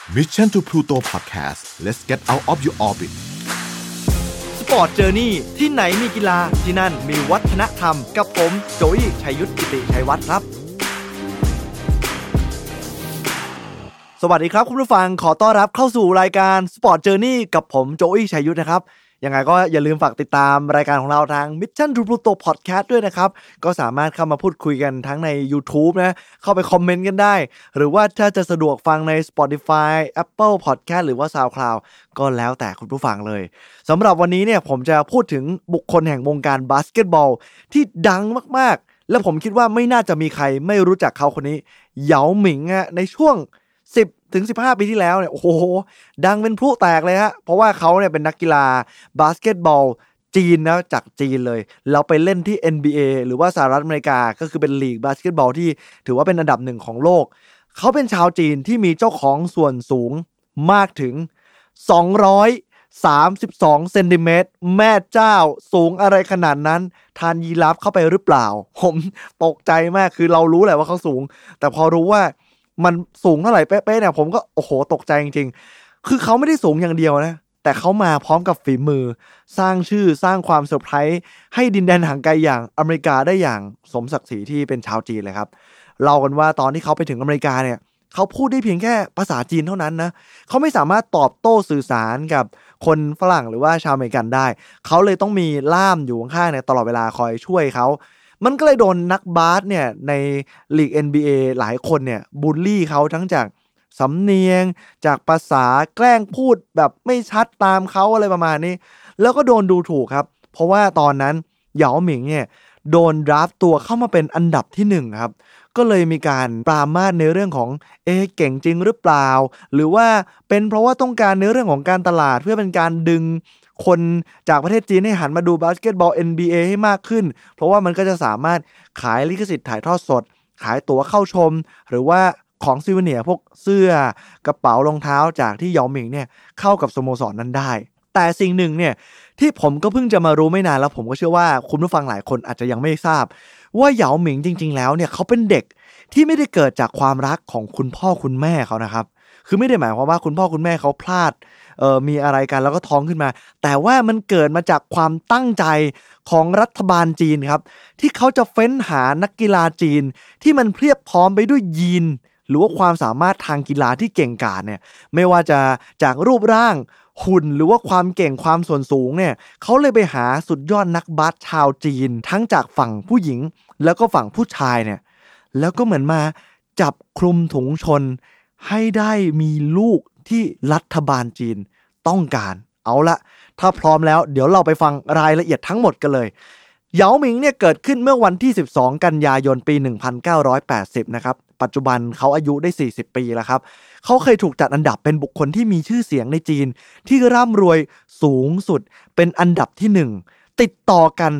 Mission to Pluto Podcast let's get out of your orbit Sport Journey ที่ไหนมีกีฬาที่นั่นมีวัฒนธรรมกับผมโจอี้ชัยยุทธกิติชัยวัฒน์ครับสวัสดีครับคุณผู้ฟังขอต้อนรับเข้าสู่รายการ Sport Journey กับผมโจอี้ชัยยุทธนะครับยังไงก็อย่าลืมฝากติดตามรายการของเราทาง Mission to Pluto Podcast ด้วยนะครับก็สามารถเข้ามาพูดคุยกันทั้งใน YouTube นะเข้าไปคอมเมนต์กันได้หรือว่าถ้าจะสะดวกฟังใน Spotify Apple Podcast หรือว่า SoundCloud ก็แล้วแต่คุณผู้ฟังเลยสำหรับวันนี้เนี่ยผมจะพูดถึงบุคคลแห่งวงการบาสเกตบอลที่ดังมากๆและผมคิดว่าไม่น่าจะมีใครไม่รู้จักเขาคนนี้เหยาหมิงในช่วง10-15 ปีที่แล้วเนี่ยโอ้โหดังเป็นพลุแตกเลยฮะเพราะว่าเขาเนี่ยเป็นนักกีฬาบาสเกตบอลจีนนะจากจีนเลยแล้วไปเล่นที่ NBA หรือว่าสหรัฐอเมริกาก็คือเป็นลีกบาสเกตบอลที่ถือว่าเป็นอันดับหนึ่งของโลกเขาเป็นชาวจีนที่มีเจ้าของส่วนสูงมากถึง232เซนติเมตรแม่เจ้าสูงอะไรขนาดนั้นทานยีราฟเข้าไปหรือเปล่าผมตกใจมากคือเรารู้แหละว่าเขาสูงแต่พอรู้ว่ามันสูงเท่าไหร่เป๊ะๆเนี่ยผมก็โอ้โหตกใจจริงๆคือเขาไม่ได้สูงอย่างเดียวนะแต่เขามาพร้อมกับฝีมือสร้างชื่อสร้างความเซอร์ไพรส์ให้ดินแดนห่างไกลอย่างอเมริกาได้อย่างสมศักดิ์ศรีที่เป็นชาวจีนเลยครับเล่ากันว่าตอนที่เขาไปถึงอเมริกาเนี่ยเขาพูดได้เพียงแค่ภาษาจีนเท่านั้นนะเขาไม่สามารถตอบโต้สื่อสารกับคนฝรั่งหรือว่าชาวอเมริกันได้เขาเลยต้องมีล่ามอยู่ข้างๆเนี่ยตลอดเวลาคอยช่วยเขามันก็เลยโดนนักบาสเนี่ยในลีก NBA หลายคนเนี่ยบูลลี่เขาทั้งจากสำเนียงจากภาษาแกล้งพูดแบบไม่ชัดตามเขาอะไรประมาณนี้แล้วก็โดนดูถูกครับเพราะว่าตอนนั้นเหยาหมิงเนี่ยโดนดราฟตัวเข้ามาเป็นอันดับที่1ครับก็เลยมีการปรามาสในเรื่องของเก่งจริงหรือเปล่าหรือว่าเป็นเพราะว่าต้องการในเรื่องของการตลาดเพื่อเป็นการดึงคนจากประเทศจีนให้หันมาดูบาสเกตบอล NBA ให้มากขึ้นเพราะว่ามันก็จะสามารถขายลิขสิทธิ์ถ่ายทอดสดขายตั๋วเข้าชมหรือว่าของซิวเนียร์พวกเสื้อกระเป๋ารองเท้าจากที่เหยาหมิงเนี่ยเข้ากับสโมสรนั้นได้แต่สิ่งหนึ่งเนี่ยที่ผมก็เพิ่งจะมารู้ไม่นานแล้วผมก็เชื่อว่าคุณผู้ฟังหลายคนอาจจะยังไม่ทราบว่าเหยาหมิงจริงๆแล้วเนี่ยเขาเป็นเด็กที่ไม่ได้เกิดจากความรักของคุณพ่อคุณแม่เขานะครับคือไม่ได้หมายความว่าคุณพ่อคุณแม่เขาพลาดมีอะไรกันแล้วก็ท้องขึ้นมาแต่ว่ามันเกิดมาจากความตั้งใจของรัฐบาลจีนครับที่เขาจะเฟ้นหานักกีฬาจีนที่มันเพียบพร้อมไปด้วยยีนหรือว่าความสามารถทางกีฬาที่เก่งกาจเนี่ยไม่ว่าจะจากรูปร่างหุ่นหรือว่าความเก่งความส่วนสูงเนี่ยเขาเลยไปหาสุดยอดนักบาสชาวจีนทั้งจากฝั่งผู้หญิงแล้วก็ฝั่งผู้ชายเนี่ยแล้วก็เหมือนมาจับคลุมถุงชนให้ได้มีลูกที่รัฐบาลจีนต้องการเอาละถ้าพร้อมแล้วเดี๋ยวเราไปฟังรายละเอียดทั้งหมดกันเลยเหยาหมิงเนี่ยเกิดขึ้นเมื่อวันที่12กันยายนปี1980นะครับปัจจุบันเขาอายุได้40ปีแล้วครับเขาเคยถูกจัดอันดับเป็นบุคคลที่มีชื่อเสียงในจีนที่ร่ำรวยสูงสุดเป็นอันดับที่1ติดต่อกัน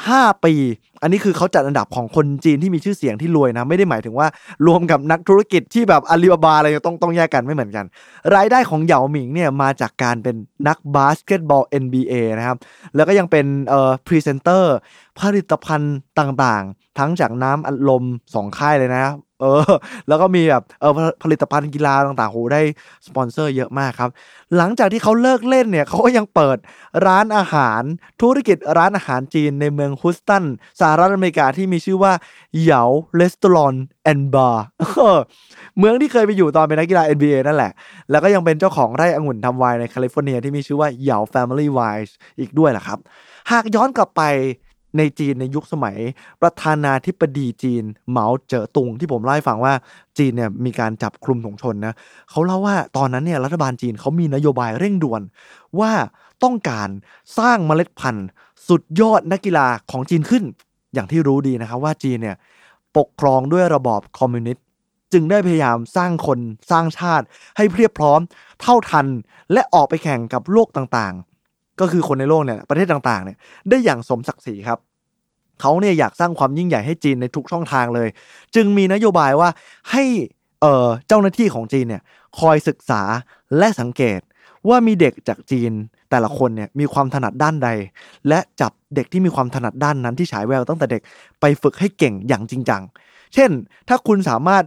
5ปีอันนี้คือเขาจัดอันดับของคนจีนที่มีชื่อเสียงที่รวยนะไม่ได้หมายถึงว่ารวมกับนักธุรกิจที่แบบอาลีบาบาอะไรต้องแยกกันไม่เหมือนกันรายได้ของเหยาหมิงเนี่ยมาจากการเป็นนักบาสเกตบอล NBA นะครับแล้วก็ยังเป็นพรีเซนเตอร์ผลิตภัณฑ์ต่างๆทั้งจากน้ำอัดลม2ค่ายเลยนะแล้วก็มีแบบผลิตภัณฑ์กีฬาต่างๆโหได้สปอนเซอร์เยอะมากครับหลังจากที่เขาเลิกเล่นเนี่ยเขาก็ยังเปิดร้านอาหารธุรกิจร้านอาหารจีนในเมืองฮุสตันสหรัฐอเมริกาที่มีชื่อว่าเหยารีสตอรองแอนด์บาร์เมืองที่เคยไปอยู่ตอนเป็นนักกีฬา NBA นั่นแหละแล้วก็ยังเป็นเจ้าของไร่องุ่นทำไวน์ในแคลิฟอร์เนียที่มีชื่อว่าเหยา Family Wines อีกด้วยล่ะครับหากย้อนกลับไปในจีนในยุคสมัยประธานาธิบดีจีนเหมาเจ๋อตุงที่ผมเล่าให้ฟังว่าจีนเนี่ยมีการจับคลุมถุงชนนะเขาเล่าว่าตอนนั้นเนี่ยรัฐบาลจีนเขามีนโยบายเร่งด่วนว่าต้องการสร้างเมล็ดพันธุ์สุดยอดนักกีฬาของจีนขึ้นอย่างที่รู้ดีนะครับว่าจีนเนี่ยปกครองด้วยระบอบคอมมิวนิสต์จึงได้พยายามสร้างคนสร้างชาติให้เพียบพร้อมเท่าทันและออกไปแข่งกับโลกต่างๆก็คือคนในโลกเนี่ยประเทศต่างๆเนี่ยได้อย่างสมศักดิ์ศรีครับเขาเนี่ยอยากสร้างความยิ่งใหญ่ให้จีนในทุกช่องทางเลยจึงมีนโยบายว่าให้เจ้าหน้าที่ของจีนเนี่ยคอยศึกษาและสังเกตว่ามีเด็กจากจีนแต่ละคนเนี่ยมีความถนัดด้านใดและจับเด็กที่มีความถนัดด้านนั้นที่ฉายแววตั้งแต่เด็กไปฝึกให้เก่งอย่างจริงจังเช่นถ้าคุณสามารถ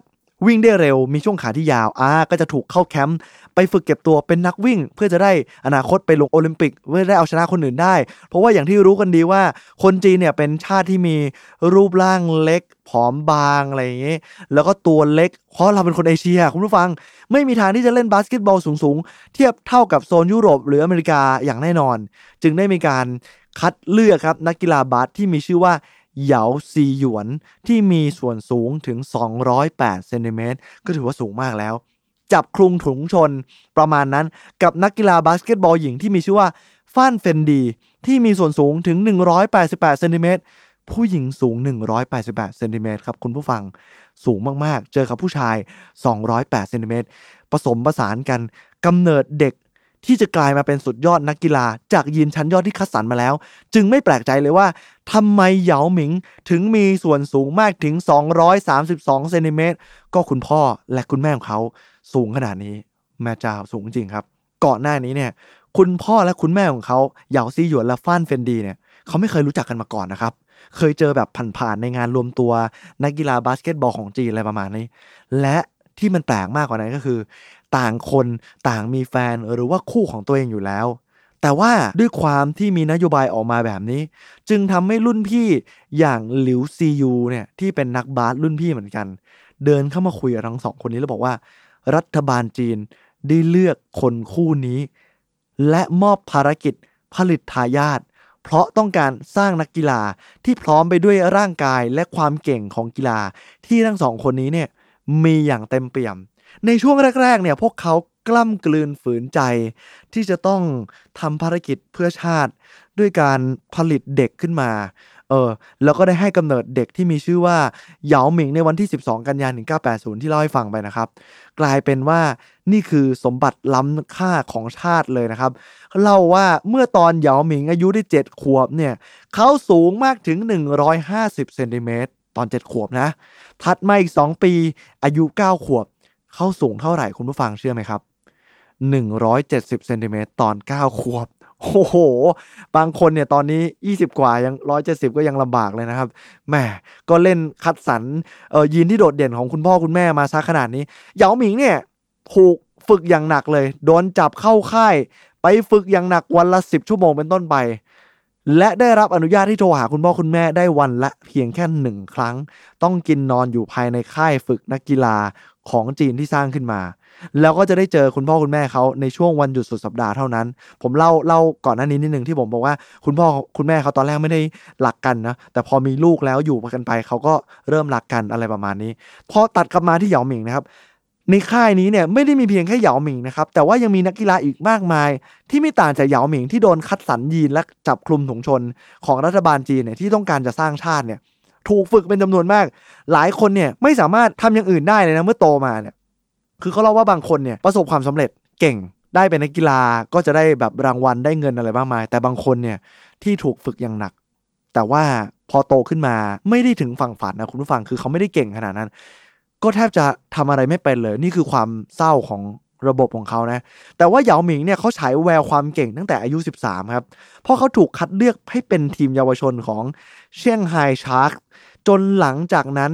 วิ่งได้เร็วมีช่วงขาที่ยาวก็จะถูกเข้าแคมป์ไปฝึกเก็บตัวเป็นนักวิ่งเพื่อจะได้อนาคตไปลงโอลิมปิกเพื่อได้เอาชนะคนอื่นได้เพราะว่าอย่างที่รู้กันดีว่าคนจีนเนี่ยเป็นชาติที่มีรูปร่างเล็กผอมบางอะไรอย่างเงี้ยแล้วก็ตัวเล็กเพราะเราเป็นคนเอเชียคุณผู้ฟังไม่มีทางที่จะเล่นบาสเกตบอลสูงๆเทียบเท่ากับโซนยุโรปหรืออเมริกาอย่างแน่นอนจึงได้มีการคัดเลือกครับนักกีฬาบาสที่มีชื่อว่าเหยาซีหยวนที่มีส่วนสูงถึง208เซนติเมตรก็ถือว่าสูงมากแล้วจับคลุงถุงชนประมาณนั้นกับนักกีฬาบาสเกตบอลหญิงที่มีชื่อว่าฟ่านเฟนดีที่มีส่วนสูงถึง188เซนติเมตรผู้หญิงสูง188เซนติเมตรครับคุณผู้ฟังสูงมากๆเจอกับผู้ชาย208เซนติเมตรผสมผสานกันกำเนิดเด็กที่จะกลายมาเป็นสุดยอดนักกีฬาจากยีนชั้นยอดที่คัดสรรมาแล้วจึงไม่แปลกใจเลยว่าทำไมเหยาหมิงถึงมีส่วนสูงมากถึง232เซนติเมตรก็คุณพ่อและคุณแม่ของเขาสูงขนาดนี้แม่เจ้าสูงจริงครับก่อนหน้านี้เนี่ยคุณพ่อและคุณแม่ของเขาเหยาซีหยวนและฟ่านเฟนดีเนี่ยเขาไม่เคยรู้จักกันมาก่อนนะครับเคยเจอแบบผ่านๆในงานรวมตัวนักกีฬาบาสเกตบอลของจีนอะไรประมาณนี้และที่มันแปลกมากกว่านั้นก็คือต่างคนต่างมีแฟนหรือว่าคู่ของตัวเองอยู่แล้วแต่ว่าด้วยความที่มีนโยบายออกมาแบบนี้จึงทำให้รุ่นพี่อย่างหลิวซียูเนี่ยที่เป็นนักบาสรุ่นพี่เหมือนกันเดินเข้ามาคุยกับทั้งสองคนนี้แล้วบอกว่ารัฐบาลจีนได้เลือกคนคู่นี้และมอบภารกิจผลิตทายาทเพราะต้องการสร้างนักกีฬาที่พร้อมไปด้วยร่างกายและความเก่งของกีฬาที่ทั้งสองคนนี้เนี่ยมีอย่างเต็มเปี่ยมในช่วงแรกๆเนี่ยพวกเขากล้ำกลืนฝืนใจที่จะต้องทำภารกิจเพื่อชาติด้วยการผลิตเด็กขึ้นมาแล้วก็ได้ให้กำเนิดเด็กที่มีชื่อว่าเหยาหมิงในวันที่12กันยายน1980ที่เล่าให้ฟังไปนะครับกลายเป็นว่านี่คือสมบัติล้ำค่าของชาติเลยนะครับเล่าว่าเมื่อตอนเหยาหมิงอายุได้7ขวบเนี่ยเขาสูงมากถึง150เซนติเมตรตอน7ขวบนะถัดมาอีก2ปีอายุ9ขวบเขาสูงเท่าไหร่คุณผู้ฟังเชื่อไหมครับ170เซนติเมตรตอน9ขวบโอ้โหบางคนเนี่ยตอนนี้20กว่ายัง170ก็ยังลำบากเลยนะครับแหมก็เล่นคัดสรรยีนที่โดดเด่นของคุณพ่อคุณแม่มาซะขนาดนี้เหยาหมิงเนี่ยถูกฝึกอย่างหนักเลยโดนจับเข้าค่ายไปฝึกอย่างหนักวันละ10ชั่วโมงเป็นต้นไปและได้รับอนุญาตที่โทรหาคุณพ่อคุณแม่ได้วันละเพียงแค่1ครั้งต้องกินนอนอยู่ภายในค่ายฝึกนักกีฬาของจีนที่สร้างขึ้นมาแล้วก็จะได้เจอคุณพ่อคุณแม่เขาในช่วงวันหยุดสุดสัปดาห์เท่านั้นผมเล่าก่อนหน้านี้นิดนึงที่ผมบอกว่าคุณพ่อคุณแม่เขาตอนแรกไม่ได้รักกันนะแต่พอมีลูกแล้วอยู่กันไปเขาก็เริ่มรักกันอะไรประมาณนี้พอตัดกลับมาที่เหยาหมิงนะครับในค่ายนี้เนี่ยไม่ได้มีเพียงแค่เหยาหมิงนะครับแต่ว่ายังมีนักกีฬาอีกมากมายที่ไม่ต่างจากเหยาหมิงที่โดนคัดสรรยีนและจับคลุมถุงชนของรัฐบาลจีนเนี่ยที่ต้องการจะสร้างชาติเนี่ยถูกฝึกเป็นจำนวนมากหลายคนเนี่ยไม่สามารถทำอย่างอื่นได้เลยนะเมื่อโตมาเนี่ยคือเขาเล่าว่าบางคนเนี่ยประสบความสำเร็จเก่งได้เป็นนักกีฬาก็จะได้แบบรางวัลได้เงินอะไรมากมายแต่บางคนเนี่ยที่ถูกฝึกอย่างหนักแต่ว่าพอโตขึ้นมาไม่ได้ถึงฝั่งฝันนะคุณผู้ฟังคือเขาไม่ได้เก่งขนาดนั้นก็แทบจะทำอะไรไม่เป็นเลยนี่คือความเศร้าของระบบของเขานะแต่ว่าเหยาหมิงเนี่ยเขาฉายแววความเก่งตั้งแต่อายุ13ครับเพราะเขาถูกคัดเลือกให้เป็นทีมเยาวชนของเซี่ยงไฮ้ชาร์กจนหลังจากนั้น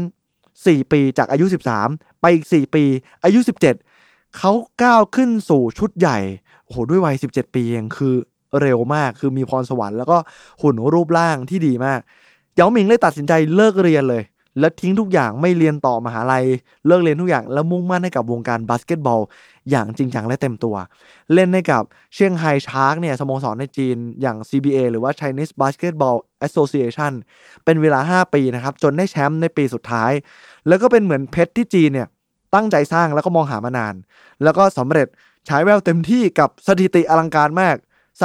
4ปีจากอายุ13ไปอีก4ปีอายุ17เขาก้าวขึ้นสู่ชุดใหญ่โอ้โหด้วยวัย17ปีเองคือเร็วมากคือมีพรสวรรค์แล้วก็หุ่นรูปร่างที่ดีมากเหยาหมิงเลยตัดสินใจเลิกเรียนเลยและทิ้งทุกอย่างไม่เรียนต่อมหาลัยเลิกเรียนทุกอย่างแล้วมุ่งมั่นให้กับวงการบาสเกตบอลอย่างจริงจังและเต็มตัวเล่นให้กับเซี่ยงไฮ้ชาร์กเนี่ยสโมสรในจีนอย่าง CBA หรือว่า Chinese Basketball Association เป็นเวลา5ปีนะครับจนได้แชมป์ในปีสุดท้ายแล้วก็เป็นเหมือนเพชรที่จีนเนี่ยตั้งใจสร้างแล้วก็มองหามานานแล้วก็สำเร็จฉายแววเต็มที่กับสถิติอลังการมาก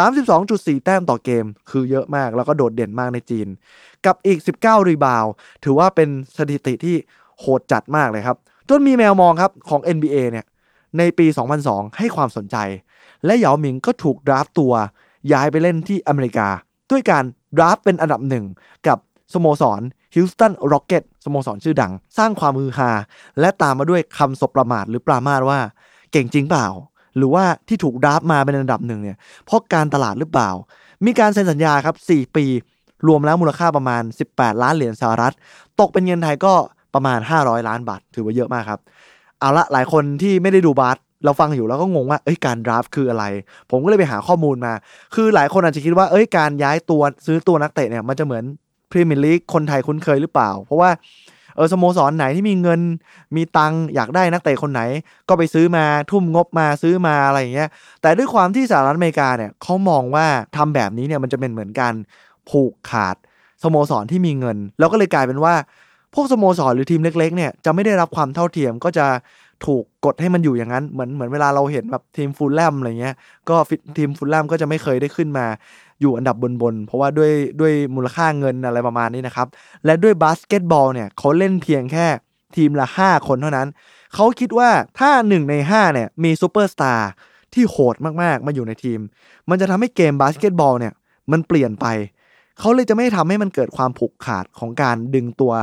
32.4 แต้มต่อเกมคือเยอะมากแล้วก็โดดเด่นมากในจีนกับอีก19รีบาวด์ถือว่าเป็นสถิติที่โหดจัดมากเลยครับจนมีแมวมองครับของ NBA เนี่ยในปี 2002 ให้ความสนใจและเหยาหมิงก็ถูกดราฟตัวย้ายไปเล่นที่อเมริกาด้วยการดราฟเป็นอันดับ1กับสโมสรฮิลสตันร็อกเก็ตสโมสรชื่อดังสร้างความฮือฮาและตามมาด้วยคำสบประมาทหรือปรามาสว่าเก่งจริงเปล่าหรือว่าที่ถูกดราฟมาเป็นอันดับ1เนี่ยเพราะการตลาดหรือเปล่ามีการเซ็นสัญญาครับ4ปีรวมแล้วมูลค่าประมาณ18ล้านเหรียญสหรัฐตกเป็นเงินไทยก็ประมาณ500ล้านบาทถือว่าเยอะมากครับเอาละหลายคนที่ไม่ได้ดูบาสเราฟังอยู่แล้วก็งงว่าการดราฟต์คืออะไรผมก็เลยไปหาข้อมูลมาคือหลายคนอาจจะคิดว่าการย้ายตัวซื้อตัวนักเตะเนี่ยมันจะเหมือนพรีเมียร์ลีกคนไทยคุ้นเคยหรือเปล่าเพราะว่าสโมสรไหนที่มีเงินมีตังอยากได้นักเตะคนไหนก็ไปซื้อมาทุ่มงบมาซื้อมาอะไรอย่างเงี้ยแต่ด้วยความที่สหรัฐอเมริกาเนี่ยเขามองว่าทำแบบนี้เนี่ยมันจะเป็นเหมือนการผูกขาดสโมสรที่มีเงินแล้วก็เลยกลายเป็นว่าพวกสโมสรหรือทีมเล็กๆเนี่ยจะไม่ได้รับความเท่าเทียมก็จะถูกกดให้มันอยู่อย่างนั้นเหมือนเวลาเราเห็นแบบทีมฟูลแลมอะไรเงี้ยก็ทีมฟูลแลมก็จะไม่เคยได้ขึ้นมาอยู่อันดับบนเพราะว่าด้วยมูลค่าเงินอะไรประมาณนี้นะครับและด้วยบาสเกตบอลเนี่ยเขาเล่นเพียงแค่ทีมละ5คนเท่านั้นเขาคิดว่าถ้า1ใน5เนี่ยมีซูเปอร์สตาร์ที่โหดมากๆมาอยู่ในทีมมันจะทำให้เกมบาสเกตบอลเนี่ยมันเปลี่ยนไปเขาเลยจะไม่ทำให้มันเกิดความผูกขาดของการดึงตัว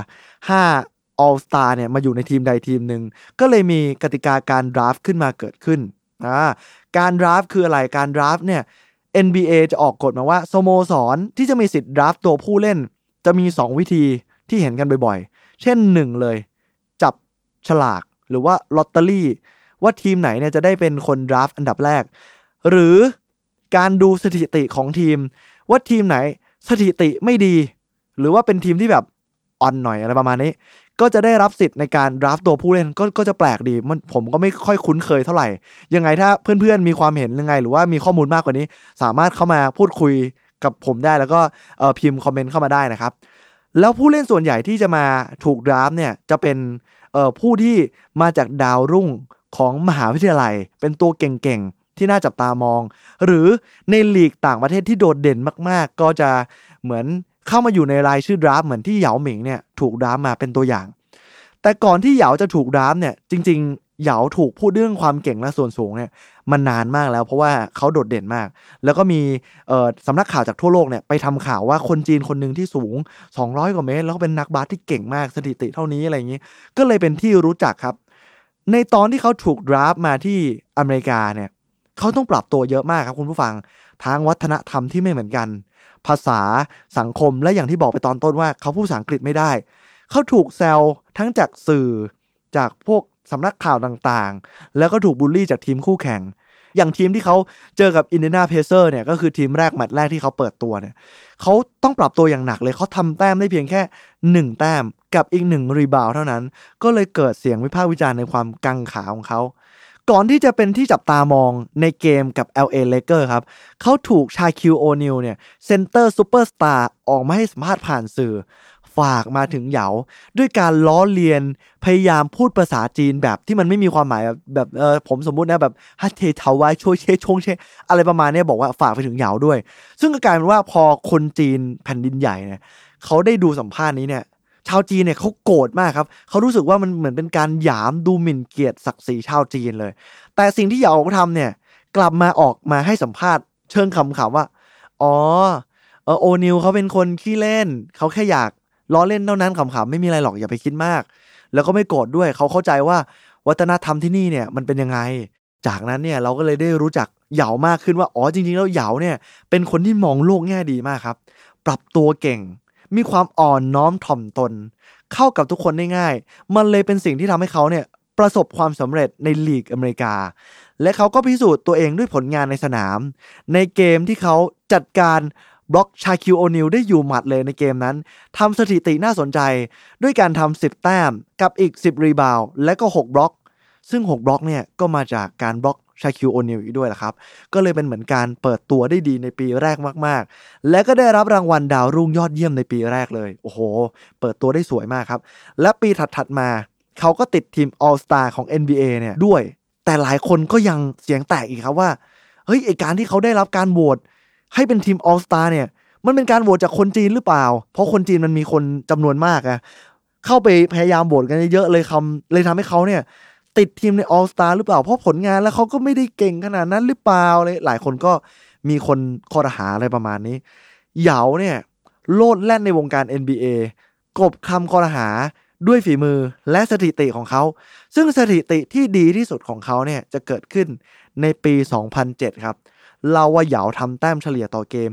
5 All Star เนี่ยมาอยู่ในทีมใดทีมหนึ่งก็เลยมีกติกาการดราฟต์ขึ้นมาเกิดขึ้นการดราฟต์คืออะไรการดราฟต์เนี่ย NBA จะออกกฎมาว่าสโมสรที่จะมีสิทธิ์ดราฟต์ตัวผู้เล่นจะมี2วิธีที่เห็นกันบ่อยๆเช่น1เลยจับฉลากหรือว่าลอตเตอรี่ว่าทีมไหนเนี่ยจะได้เป็นคนดราฟต์อันดับแรกหรือการดูสถิติของทีมว่าทีมไหนสถิติไม่ดีหรือว่าเป็นทีมที่แบบอ่อนหน่อยอะไรประมาณนี้ก็จะได้รับสิทธิ์ในการดราฟต์ตัวผู้เล่นก็จะแปลกดีผมก็ไม่ค่อยคุ้นเคยเท่าไหร่ยังไงถ้าเพื่อนๆมีความเห็นยังไงหรือว่ามีข้อมูลมากกว่านี้สามารถเข้ามาพูดคุยกับผมได้แล้วก็พิมพ์คอมเมนต์เข้ามาได้นะครับแล้วผู้เล่นส่วนใหญ่ที่จะมาถูกดราฟต์เนี่ยจะเป็นผู้ที่มาจากดาวรุ่งของมหาวิทยาลัยเป็นตัวเก่งๆที่น่าจับตามองหรือในลีกต่างประเทศที่โดดเด่นมากๆก็จะเหมือนเข้ามาอยู่ในรายชื่อดราฟต์เหมือนที่เหยาหมิงเนี่ยถูกดราฟต์มาเป็นตัวอย่างแต่ก่อนที่เหยาจะถูกดราฟต์เนี่ยจริงๆเหยาถูกพูดเรื่องความเก่งและส่วนสูงเนี่ยมันนานมากแล้วเพราะว่าเขาโดดเด่นมากแล้วก็มีสำนักข่าวจากทั่วโลกเนี่ยไปทำข่าวว่าคนจีนคนหนึ่งที่สูง200กว่าเมตรแล้วก็เป็นนักบาสที่เก่งมากสถิติเท่านี้อะไรอย่างนี้ก็เลยเป็นที่รู้จักครับในตอนที่เขาถูกดราฟต์มาที่อเมริกาเนี่ยเขาต้องปรับตัวเยอะมากครับคุณผู้ฟังทางวัฒนธรรมที่ไม่เหมือนกันภาษาสังคมและอย่างที่บอกไปตอนต้นว่าเขาพูดภาษาอังกฤษไม่ได้เขาถูกแซวทั้งจากสื่อจากพวกสำนักข่าวต่างๆแล้วก็ถูกบูลลี่จากทีมคู่แข่งอย่างทีมที่เขาเจอกับอินเดียนาเพเซอร์เนี่ยก็คือทีมแรกแมตช์แรกที่เขาเปิดตัวเนี่ยเขาต้องปรับตัวอย่างหนักเลยเขาทำแต้มได้เพียงแค่1แต้มกับอีก1รีบาวด์เท่านั้นก็เลยเกิดเสียงวิพากษ์วิจารณ์ในความกังขาของเขาก่อนที่จะเป็นที่จับตามองในเกมกับ LA Lakers ครับเขาถูกชาคิวโอนิลเนี่ยเซนเตอร์ซูเปอร์สตาร์ออกมาให้สัมภาษณ์ผ่านสื่อฝากมาถึงเหยาด้วยการล้อเลียนพยายามพูดภาษาจีนแบบที่มันไม่มีความหมายแบบผมสมมุตินะแบบฮัตเทเทาไว้โชเชชงเชอะไรประมาณนี้บอกว่าฝากไปถึงเหยาด้วยซึ่งก็กลายเป็นว่าพอคนจีนแผ่นดินใหญ่เนี่ยเขาได้ดูสัมภาษณ์นี้เนี่ยชาวจีนเนี่ยเขาโกรธมากครับเขารู้สึกว่ามันเหมือนเป็นการหยามดูหมิ่นเกียรติศักดิ์ศรีชาวจีนเลยแต่สิ่งที่เหยาทำเนี่ยกลับมาออกมาให้สัมภาษณ์เชิงขำๆว่าโอนิลเขาเป็นคนขี้เล่นเขาแค่อยากล้อเล่นเท่านั้นขำๆไม่มีอะไรหรอกอย่าไปคิดมากแล้วก็ไม่โกรธด้วยเขาเข้าใจว่าวัฒนธรรมที่นี่เนี่ยมันเป็นยังไงจากนั้นเนี่ยเราก็เลยได้รู้จักเหยามากขึ้นว่าจริงๆแล้วเหยาเนี่ยเป็นคนที่มองโลกแง่ดีมากครับปรับตัวเก่งมีความอ่อนน้อมถ่อมตนเข้ากับทุกคนได้ง่ายมันเลยเป็นสิ่งที่ทำให้เขาเนี่ยประสบความสำเร็จในลีกอเมริกาและเขาก็พิสูจน์ตัวเองด้วยผลงานในสนามในเกมที่เขาจัดการบล็อกชาคิวโอนิลได้อยู่หมัดเลยในเกมนั้นทำสถิติน่าสนใจด้วยการทำ10แต้มกับอีก10รีบาวด์และก็6บล็อกซึ่ง6บล็อกเนี่ยก็มาจากการบล็อกชาคิวโอนิลอีกด้วยล่ะครับก็เลยเป็นเหมือนการเปิดตัวได้ดีในปีแรกมากๆและก็ได้รับรางวัลดาวรุ่งยอดเยี่ยมในปีแรกเลยโอ้โหเปิดตัวได้สวยมากครับและปีถัดๆมาเขาก็ติดทีม All Star ของ NBA เนี่ยด้วยแต่หลายคนก็ยังเสียงแตกอีกครับว่าเฮ้ยไอ้การที่เขาได้รับการโหวตให้เป็นทีม All Star เนี่ยมันเป็นการโหวตจากคนจีนหรือเปล่าเพราะคนจีนมันมีคนจำนวนมากอะเข้าไปพยายามโหวตกันเยอะเลยเลยทำให้เขาเนี่ยติดทีมใน All Star หรือเปล่าเพราะผลงานแล้วเขาก็ไม่ได้เก่งขนาดนั้นหรือเปล่าเลยหลายคนก็มีคนข้อหาอะไรประมาณนี้เหยาเนี่ยโลดแล่นในวงการ NBA กลบคำข้อหาด้วยฝีมือและสถิติของเขาซึ่งสถิติที่ดีที่สุดของเขาเนี่ยจะเกิดขึ้นในปี 2007 ครับเราว่าเหยาทำแต้มเฉลี่ยต่อเกม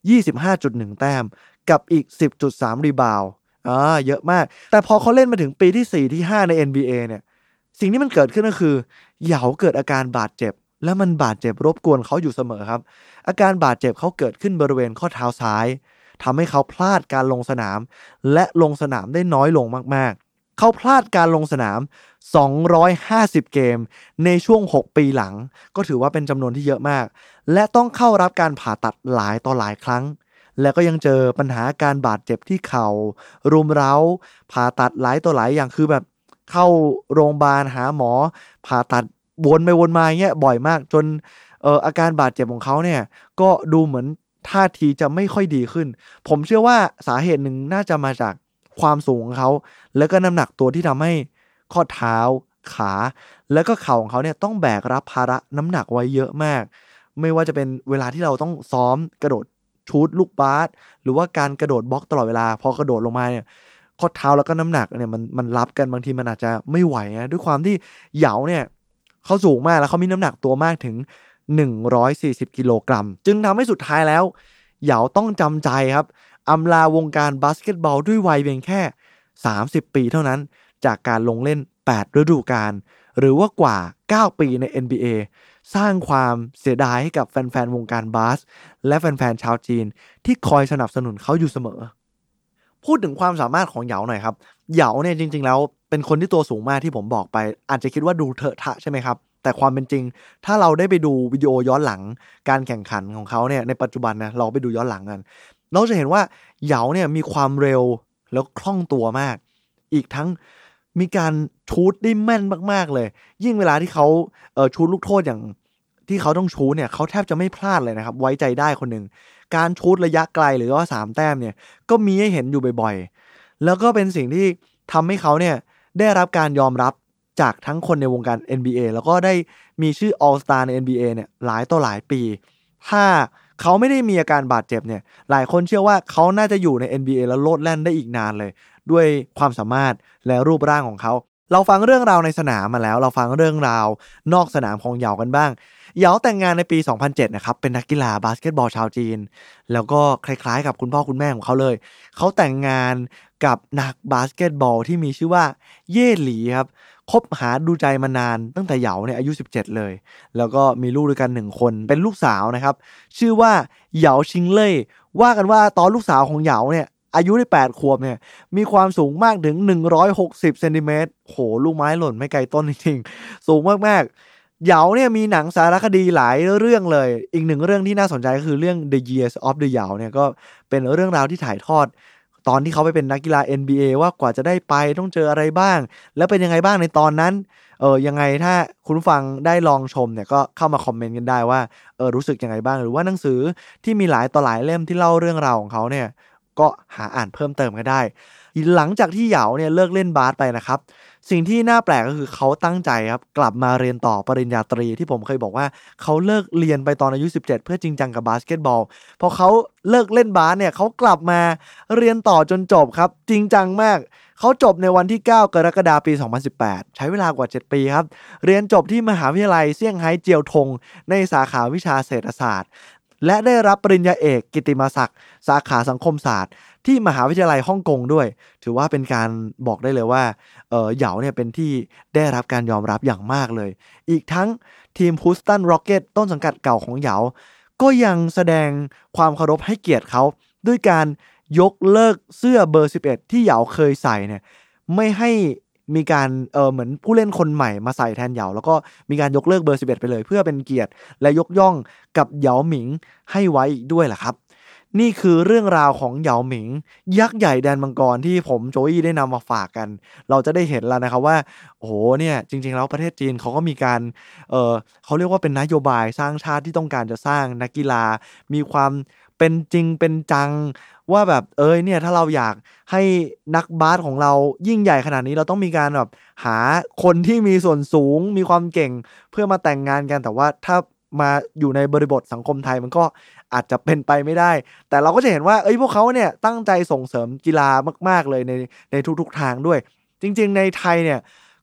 25.1 แต้มกับอีก 10.3 รีบาวด์เยอะมากแต่พอเขาเล่นมาถึงปีที่4ที่5ใน NBA เนี่ยสิ่งที่มันเกิดขึ้นก็คือเหยาเกิดอาการบาดเจ็บและมันบาดเจ็บรบกวนเขาอยู่เสมอครับอาการบาดเจ็บเขาเกิดขึ้นบริเวณข้อเท้าซ้ายทำให้เขาพลาดการลงสนามและลงสนามได้น้อยลงมากๆเขาพลาดการลงสนาม250เกมในช่วง6ปีหลังก็ถือว่าเป็นจำนวนที่เยอะมากและต้องเข้ารับการผ่าตัดหลายต่อหลายครั้งแล้วก็ยังเจอปัญหาการบาดเจ็บที่เข่ารุมเร้าผ่าตัดหลายต่อหลายอย่างคือแบบเข้าโรงพยาบาลหาหมอผ่าตัดวนไปวนมาเงี้ยบ่อยมากจนอาการบาดเจ็บของเขาเนี่ยก็ดูเหมือนท่าทีจะไม่ค่อยดีขึ้นผมเชื่อว่าสาเหตุหนึ่งน่าจะมาจากความสูงของเขาแล้วก็น้ำหนักตัวที่ทำให้ข้อเท้าขาแล้วก็เข่าของเขาเนี่ยต้องแบกรับภาระน้ำหนักไว้เยอะมากไม่ว่าจะเป็นเวลาที่เราต้องซ้อมกระโดดชูตลูกบาสหรือว่าการกระโดดบล็อกตลอดเวลาพอกระโดดลงมาเนี่ยข้อเท้าแล้วก็น้ำหนักเนี่ยมันรับกันบางทีมันอาจจะไม่ไหวนะด้วยความที่เหยาเนี่ยเขาสูงมากแล้วเขามีน้ำหนักตัวมากถึง140กิโลกรัมจึงทำให้สุดท้ายแล้วเหยาต้องจำใจครับอำลาวงการบาสเกตบอลด้วยวัยเพียงแค่30ปีเท่านั้นจากการลงเล่น8ฤดูกาลหรือว่ากว่า9ปีใน NBA สร้างความเสียดายให้กับแฟนๆวงการบาสและแฟนๆชาวจีนที่คอยสนับสนุนเขาอยู่เสมอพูดถึงความสามารถของเหยาหน่อยครับเหยาเนี่ยจริงๆแล้วเป็นคนที่ตัวสูงมากที่ผมบอกไปอาจจะคิดว่าดูเถอะทะใช่ไหมครับแต่ความเป็นจริงถ้าเราได้ไปดูวิดีโอย้อนหลังการแข่งขันของเขาเนี่ยในปัจจุบันนะเราไปดูย้อนหลังกันเราจะเห็นว่าเหยาเนี่ยมีความเร็วแล้วคล่องตัวมากอีกทั้งมีการชูตได้แม่นมากๆเลยยิ่งเวลาที่เขาชูตลูกโทษอย่างที่เขาต้องชูตเนี่ยเขาแทบจะไม่พลาดเลยนะครับไว้ใจได้คนหนึ่งการชูตระยะไกลหรือว่า3แต้มเนี่ยก็มีให้เห็นอยู่บ่อยๆแล้วก็เป็นสิ่งที่ทำให้เขาเนี่ยได้รับการยอมรับจากทั้งคนในวงการ NBA แล้วก็ได้มีชื่อ All Star ใน NBA เนี่ยหลายต่อหลายปีถ้าเขาไม่ได้มีอาการบาดเจ็บเนี่ยหลายคนเชื่อว่าเขาน่าจะอยู่ใน NBA แล้วโลดแล่นได้อีกนานเลยด้วยความสามารถและรูปร่างของเขาเราฟังเรื่องราวในสนามมาแล้วเราฟังเรื่องราวนอกสนามของเหยากันบ้างเหยาแต่งงานในปี 2007 นะครับเป็นนักกีฬาบาสเกตบอลชาวจีนแล้วก็คล้ายๆกับคุณพ่อคุณแม่ของเขาเลยเขาแต่งงานกับนักบาสเกตบอลที่มีชื่อว่าเย่หลีครับคบหาดูใจมานานตั้งแต่เหยาเนี่ยอายุ17เลยแล้วก็มีลูกด้วยกัน1คนเป็นลูกสาวนะครับชื่อว่าเหยาชิงเล่ยว่ากันว่าตอนลูกสาวของเหยาเนี่ยอายุได้8ขวบเนี่ยมีความสูงมากถึง160เซนติเมตรโหลูกไม้หล่นไม่ไกลต้นจริงๆสูงมากๆเหยาเนี่ยมีหนังสารคดีหลายเรื่องเลยอีกหนึ่งเรื่องที่น่าสนใจก็คือเรื่อง The Years of the เหยาเนี่ยก็เป็นเรื่องราวที่ถ่ายทอดตอนที่เขาไปเป็นนักกีฬา NBA ว่ากว่าจะได้ไปต้องเจออะไรบ้างแล้วเป็นยังไงบ้างในตอนนั้นยังไงถ้าคุณผู้ฟังได้ลองชมเนี่ยก็เข้ามาคอมเมนต์กันได้ว่ารู้สึกยังไงบ้างหรือว่าหนังสือที่มีหลายต่อหลายเล่มที่เล่าเรื่องราวของเขาเนี่ยก็หาอ่านเพิ่มเติมก็ได้หลังจากที่เหยาเนี่ยเลิกเล่นบาสไปนะครับสิ่งที่น่าแปลกก็คือเขาตั้งใจครับกลับมาเรียนต่อปริญญาตรีที่ผมเคยบอกว่าเขาเลิกเรียนไปตอนอายุ17เพื่อจริงจังกับบาสเกตบอลพอเขาเลิกเล่นบาสเนี่ยเขากลับมาเรียนต่อจนจบครับจริงจังมากเขาจบในวันที่9กรกฎาคมปี2018ใช้เวลากว่า7ปีครับเรียนจบที่มหาวิทยาลัยเซี่ยงไฮ้เจียวทงในสาขาวิชาเศรษฐศาสตร์และได้รับปริญญาเอกกิตติมศักดิ์สาขาสังคมศาสตร์ที่มหาวิทยาลัยฮ่องกงด้วยถือว่าเป็นการบอกได้เลยว่าเหยาเนี่ยเป็นที่ได้รับการยอมรับอย่างมากเลยอีกทั้งทีม Houston Rockets ต้นสังกัดเก่าของเหยาก็ยังแสดงความเคารพให้เกียรติเขาด้วยการยกเลิกเสื้อเบอร์11ที่เหยาเคยใส่เนี่ยไม่ให้มีการเหมือนผู้เล่นคนใหม่มาใส่แทนเหยาแล้วก็มีการยกเลิกเบอร์11ไปเลยเพื่อเป็นเกียรติและยกย่องกับเหยาหมิงให้ไว้อีกด้วยล่ะครับนี่คือเรื่องราวของเหยาหมิงยักษ์ใหญ่แดนมังกรที่ผมโจอี้ได้นำมาฝากกันเราจะได้เห็นแล้วนะครับว่าโอ้โหเนี่ยจริงๆแล้วประเทศจีนเขาก็มีการเขาเรียกว่าเป็นนโยบายสร้างชาติที่ต้องการจะสร้างนักกีฬามีความเป็นจริงเป็นจังว่าแบบเนี่ยถ้าเราอยากให้นักบาสของเรายิ่งใหญ่ขนาดนี้เราต้องมีการแบบหาคนที่มีส่วนสูงมีความเก่งเพื่อมาแต่งงานกันแต่ว่าถ้ามาอยู่ในบริบทสังคมไทยมันก็อาจจะเป็นไปไม่ได้แต่เราก็จะเห็นว่าพวกเขาเนี่ยตั้งใจส่งเสริมกีฬามากๆเลยในทุกๆทางด้วยจริงๆในไทยเนี่ย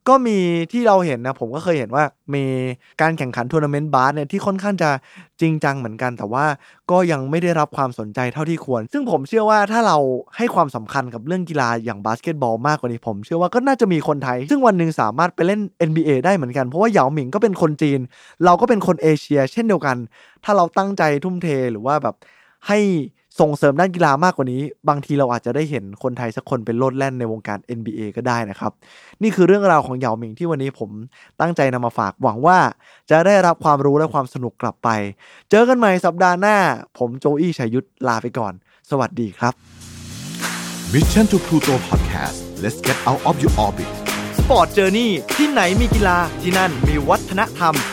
ก็มีที่เราเห็นนะผมก็เคยเห็นว่ามีการแข่งขันทัวร์นาเมนต์บาสเนี่ยที่ค่อนข้างจะจริงจังเหมือนกันแต่ว่าก็ยังไม่ได้รับความสนใจเท่าที่ควรซึ่งผมเชื่อว่าถ้าเราให้ความสำคัญกับเรื่องกีฬาอย่างบาสเกตบอลมากกว่านี้ผมเชื่อว่าก็น่าจะมีคนไทยซึ่งวันนึงสามารถไปเล่น NBA ได้เหมือนกันเพราะว่าเหยาหมิงก็เป็นคนจีนเราก็เป็นคนเอเชียเช่นเดียวกันถ้าเราตั้งใจทุ่มเทหรือว่าแบบให้ส่งเสริมด้านกีฬามากกว่านี้บางทีเราอาจจะได้เห็นคนไทยสักคนเป็นโลดแล่นในวงการ NBA ก็ได้นะครับนี่คือเรื่องราวของเหยาหมิงที่วันนี้ผมตั้งใจนำมาฝากหวังว่าจะได้รับความรู้และความสนุกกลับไปเจอกันใหม่สัปดาห์หน้าผมโจอี้ชัยยุทธลาไปก่อนสวัสดีครับ Mission to Pluto Podcast let's get out of your orbit Sport Journey ที่ไหนมีกีฬาที่นั่นมีวัฒนธรรม